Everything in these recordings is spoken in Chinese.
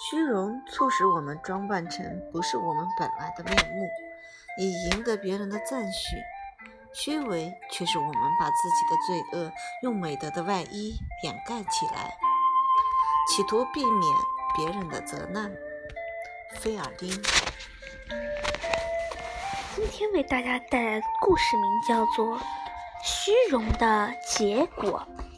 虚荣促使我们装扮成不是我们本来的面目，以赢得别人的赞许。虚伪却是我们把自己的罪恶用美德的外衣掩盖起来，企图避免别人的责难。菲尔丁。 今天为大家带来的故事名叫做《虚荣的结果》。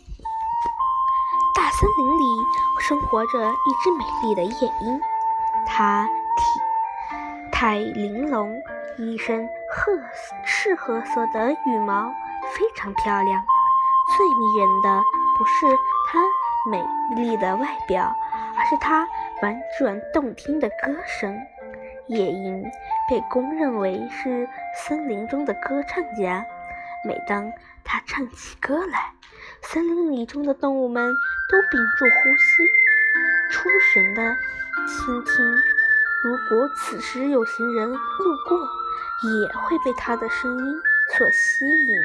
大森林里生活着一只美丽的夜莺，它体态玲珑，一身赤褐色的羽毛非常漂亮。最迷人的不是它美丽的外表，而是它婉转动听的歌声。夜莺被公认为是森林中的歌唱家，每当它唱起歌来，森林里中的动物们都屏住呼吸，出神地倾听。如果此时有行人路过，也会被它的声音所吸引。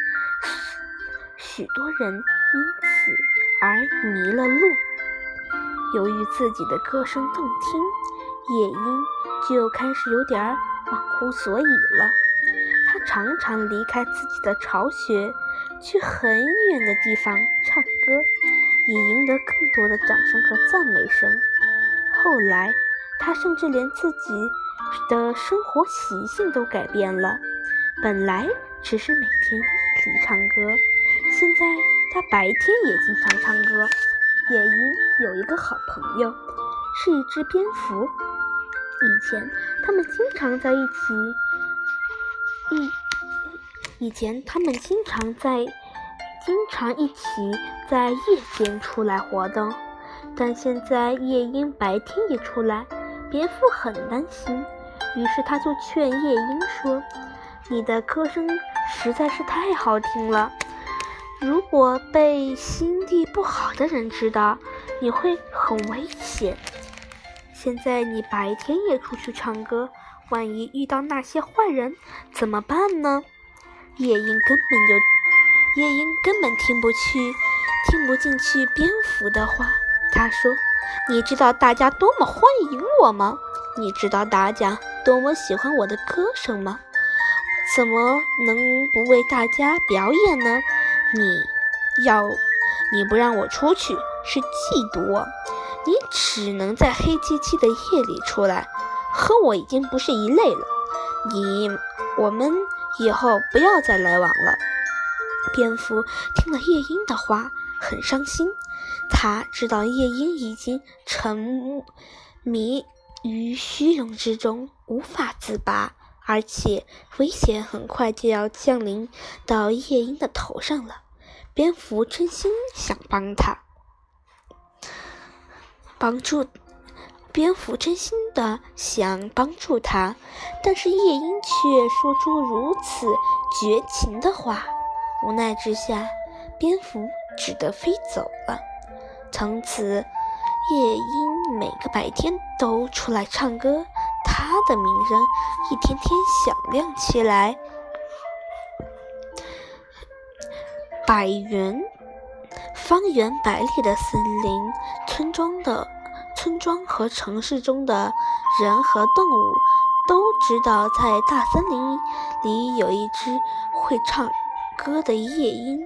许多人因此而迷了路。由于自己的歌声动听，夜莺就开始有点忘乎所以了。他常常离开自己的巢穴，去很远的地方唱歌，以赢得更多的掌声和赞美声。后来，他甚至连自己的生活习性都改变了。本来只是每天夜里唱歌，现在他白天也经常唱歌。夜莺有一个好朋友，是一只蝙蝠。以前他们经常一起在夜间出来活动，但现在夜莺白天也出来，蝙蝠很担心，于是他就劝夜莺说：“你的歌声实在是太好听了，如果被心地不好的人知道，你会很危险。现在你白天也出去唱歌，万一遇到那些坏人怎么办呢？”夜莺根本听不进去蝙蝠的话。他说：“你知道大家多么欢迎我吗？你知道大家多么喜欢我的歌声吗？怎么能不为大家表演呢？你不让我出去，是嫉妒我。你只能在黑漆漆的夜里出来，和我已经不是一类了。我们以后不要再来往了。”蝙蝠听了夜莺的话，很伤心。他知道夜莺已经沉迷于虚荣之中，无法自拔，而且危险很快就要降临到夜莺的头上了。蝙蝠真心想蝙蝠真心的想帮助他，但是夜莺却说出如此绝情的话。无奈之下，蝙蝠只得飞走了。从此，夜莺每个白天都出来唱歌，他的名声一天天响亮起来。方圆百里的森林、村庄和城市中的人和动物都知道，在大森林里有一只会唱歌的夜莺。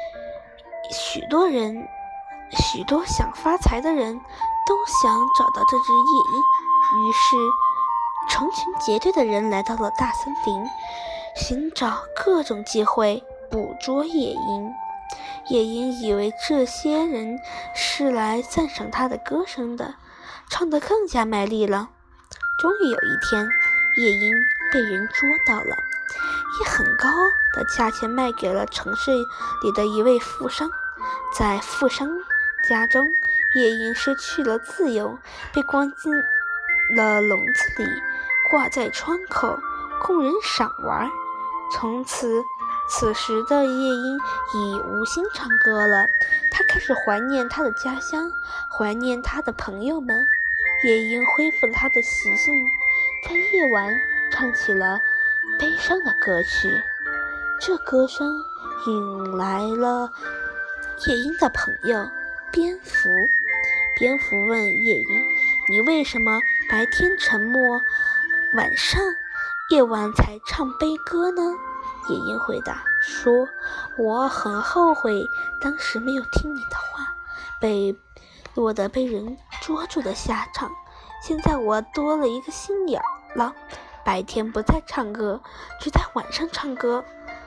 许多想发财的人都想找到这只夜莺，于是成群结队的人来到了大森林，寻找各种机会捕捉夜莺。夜莺以为这些人是来赞赏他的歌声的，唱得更加卖力了。终于有一天，夜莺被人捉到了，以很高的价钱卖给了城市里的一位富商。在富商家中，夜莺失去了自由，被关进了笼子里，挂在窗口供人赏玩。此时的夜莺已无心唱歌了，他开始怀念他的家乡，怀念他的朋友们。夜莺恢复了他的习性，在夜晚唱起了悲伤的歌曲。这歌声引来了夜莺的朋友蝙蝠。蝙蝠问夜莺：“ 你为什么白天沉默，夜晚才唱悲歌呢？夜莺回答说，我很后悔当时没有听你的话，落得被人捉住的下场。现在我多了一个心眼了，白天不再唱歌，只在晚上唱歌。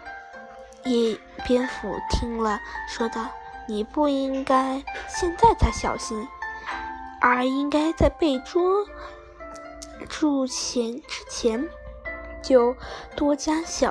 蝙蝠听了说道，你不应该现在才小心，而应该在被捉住之前就多加小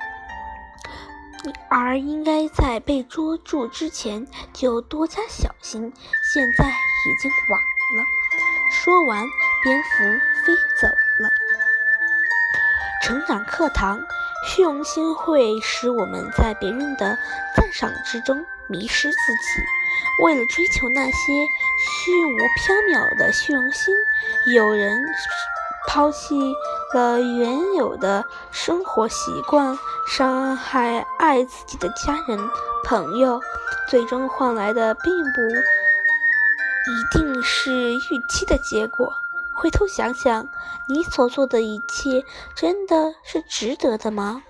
心，现在已经晚了。说完，蝙蝠飞走了。成长课堂，虚荣心会使我们在别人的赞赏之中迷失自己。为了追求那些虚无缥缈的虚荣心，有人抛弃了原有的生活习惯，伤害爱自己的家人朋友，最终换来的并不一定是预期的结果。回头想想，你所做的一切真的是值得的吗？